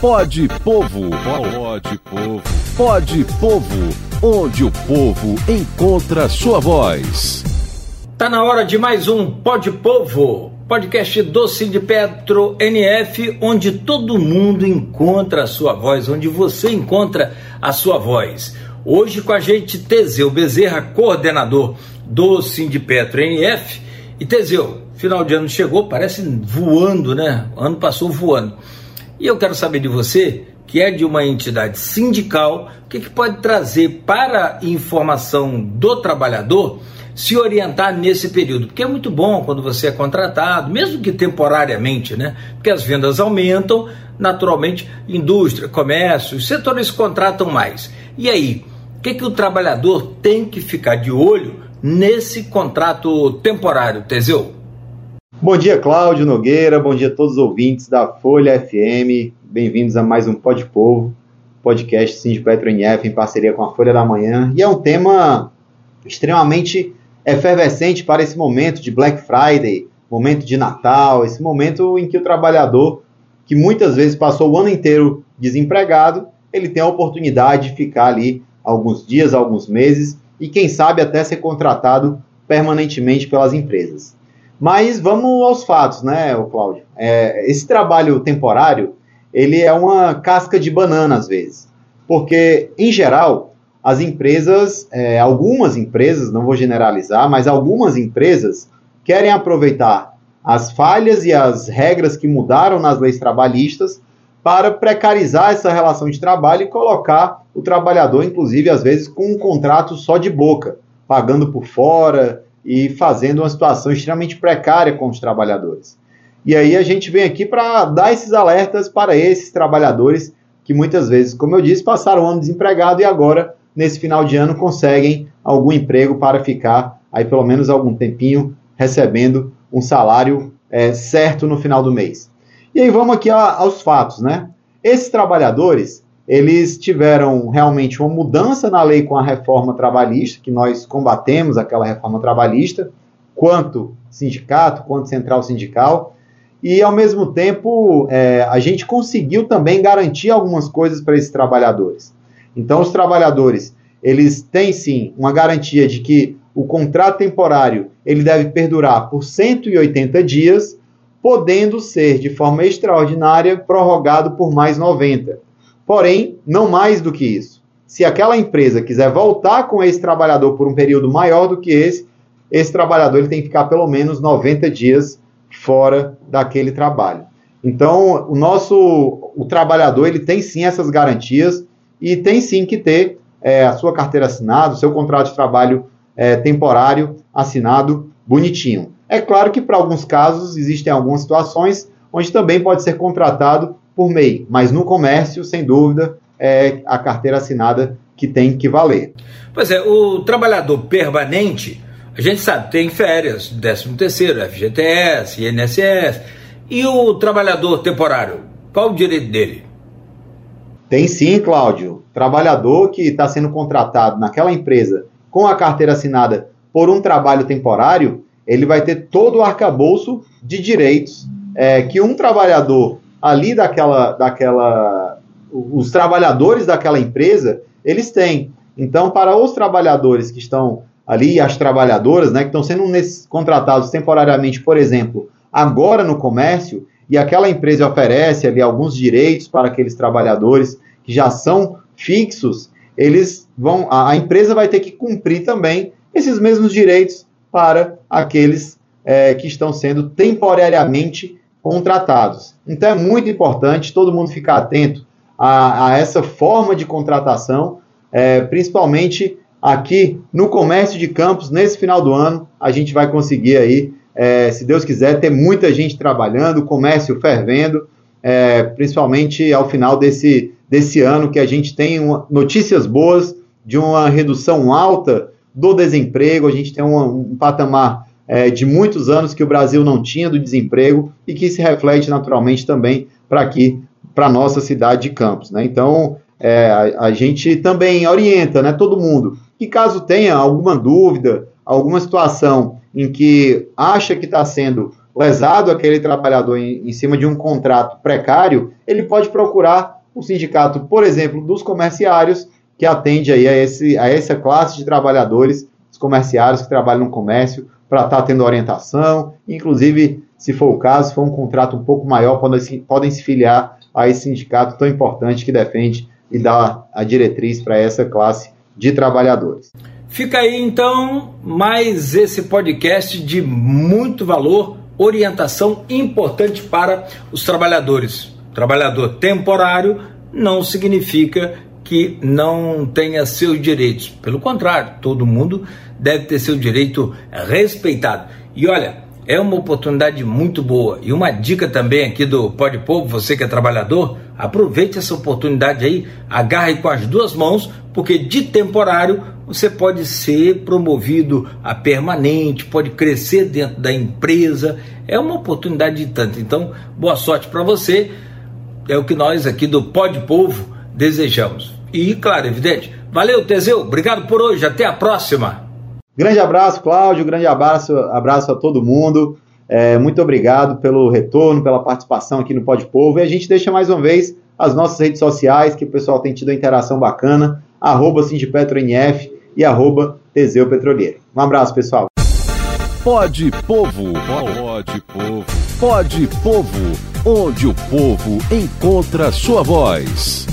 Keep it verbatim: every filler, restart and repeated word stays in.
Pode Povo. Pode Povo. Pode Povo, onde o povo encontra sua voz. Tá na hora de mais um Pode Povo, podcast do Sindipetro N F, onde todo mundo encontra a sua voz, onde você encontra a sua voz. Hoje com a gente Teseu Bezerra, coordenador do Sindipetro N F. E Teseu, final de ano chegou, parece voando, né? O ano passou voando. E eu quero saber de você, que é de uma entidade sindical, o que, que pode trazer para a informação do trabalhador se orientar nesse período. Porque é muito bom quando você é contratado, mesmo que temporariamente, né? Porque as vendas aumentam, naturalmente, indústria, comércio, os setores contratam mais. E aí, o que, que o trabalhador tem que ficar de olho nesse contrato temporário, Teseu? Bom dia, Cláudio Nogueira, bom dia a todos os ouvintes da Folha F M, bem-vindos a mais um Pode Povo, podcast Sindipetro N F em parceria com a Folha da Manhã, e é um tema extremamente efervescente para esse momento de Black Friday, momento de Natal, esse momento em que o trabalhador, que muitas vezes passou o ano inteiro desempregado, ele tem a oportunidade de ficar ali alguns dias, alguns meses, e quem sabe até ser contratado permanentemente pelas empresas. Mas vamos aos fatos, né, Cláudio? É, esse trabalho temporário, ele é uma casca de banana às vezes, porque, em geral, as empresas, é, algumas empresas, não vou generalizar, mas algumas empresas querem aproveitar as falhas e as regras que mudaram nas leis trabalhistas para precarizar essa relação de trabalho e colocar o trabalhador, inclusive, às vezes, com um contrato só de boca, pagando por fora e fazendo uma situação extremamente precária com os trabalhadores. E aí a gente vem aqui para dar esses alertas para esses trabalhadores que muitas vezes, como eu disse, passaram o ano desempregado e agora, nesse final de ano, conseguem algum emprego para ficar aí pelo menos algum tempinho recebendo um salário é, certo no final do mês. E aí vamos aqui a, aos fatos, né? Esses trabalhadores, eles tiveram realmente uma mudança na lei com a reforma trabalhista, que nós combatemos aquela reforma trabalhista, quanto sindicato, quanto central sindical, e ao mesmo tempo é, a gente conseguiu também garantir algumas coisas para esses trabalhadores. Então os trabalhadores, eles têm sim uma garantia de que o contrato temporário ele deve perdurar por cento e oitenta dias, podendo ser de forma extraordinária prorrogado por mais noventa. Porém, não mais do que isso. Se aquela empresa quiser voltar com esse trabalhador por um período maior do que esse, esse trabalhador ele tem que ficar pelo menos noventa dias fora daquele trabalho. Então, o nosso o trabalhador ele tem sim essas garantias e tem sim que ter é, a sua carteira assinada, o seu contrato de trabalho é, temporário assinado bonitinho. É claro que para alguns casos existem algumas situações onde também pode ser contratado por M E I, mas no comércio, sem dúvida, é a carteira assinada que tem que valer. Pois é, o trabalhador permanente, a gente sabe, tem férias, décimo terceiro, F G T S, I N S S, e o trabalhador temporário, qual o direito dele? Tem sim, Cláudio. Trabalhador que está sendo contratado naquela empresa com a carteira assinada por um trabalho temporário, ele vai ter todo o arcabouço de direitos é, que um trabalhador ali daquela, daquela, os trabalhadores daquela empresa, eles têm. Então, para os trabalhadores que estão ali, as trabalhadoras, né, que estão sendo nesse, contratados temporariamente, por exemplo, agora no comércio, e aquela empresa oferece ali alguns direitos para aqueles trabalhadores que já são fixos, eles vão, a, a empresa vai ter que cumprir também esses mesmos direitos para aqueles é, que estão sendo temporariamente contratados. Então é muito importante todo mundo ficar atento a, a essa forma de contratação, é, principalmente aqui no comércio de Campos, nesse final do ano, a gente vai conseguir aí, é, se Deus quiser, ter muita gente trabalhando, o comércio fervendo, é, principalmente ao final desse, desse ano, que a gente tem uma, notícias boas de uma redução alta do desemprego, a gente tem um, um patamar É, de muitos anos que o Brasil não tinha do desemprego e que se reflete naturalmente também para aqui, para a nossa cidade de Campos, né? Então, é, a, a gente também orienta, né, todo mundo que caso tenha alguma dúvida, alguma situação em que acha que está sendo lesado aquele trabalhador em, em cima de um contrato precário, ele pode procurar o sindicato, por exemplo, dos comerciários, que atende aí a, esse, a essa classe de trabalhadores, os comerciários que trabalham no comércio, para estar tá tendo orientação, inclusive, se for o caso, se for um contrato um pouco maior, podem, podem se filiar a esse sindicato tão importante que defende e dá a diretriz para essa classe de trabalhadores. Fica aí, então, mais esse podcast de muito valor, orientação importante para os trabalhadores. Trabalhador temporário não significa que não tenha seus direitos. Pelo contrário, todo mundo deve ter seu direito respeitado. E olha, é uma oportunidade muito boa. E uma dica também aqui do Pode Povo, você que é trabalhador, aproveite essa oportunidade aí, agarre com as duas mãos, porque de temporário você pode ser promovido a permanente, pode crescer dentro da empresa. É uma oportunidade de tanto. Então, boa sorte para você. É o que nós aqui do Pode Povo desejamos. E, claro, evidente, valeu, Teseu, obrigado por hoje, até a próxima. Grande abraço, Cláudio, grande abraço, abraço a todo mundo, é, muito obrigado pelo retorno, pela participação aqui no Pode Povo, e a gente deixa mais uma vez as nossas redes sociais, que o pessoal tem tido uma interação bacana, arroba SindPetroNF e arroba Teseu Petroleiro. Um abraço, pessoal. Pode Povo, Pode Povo, Pode Povo, onde o povo encontra sua voz.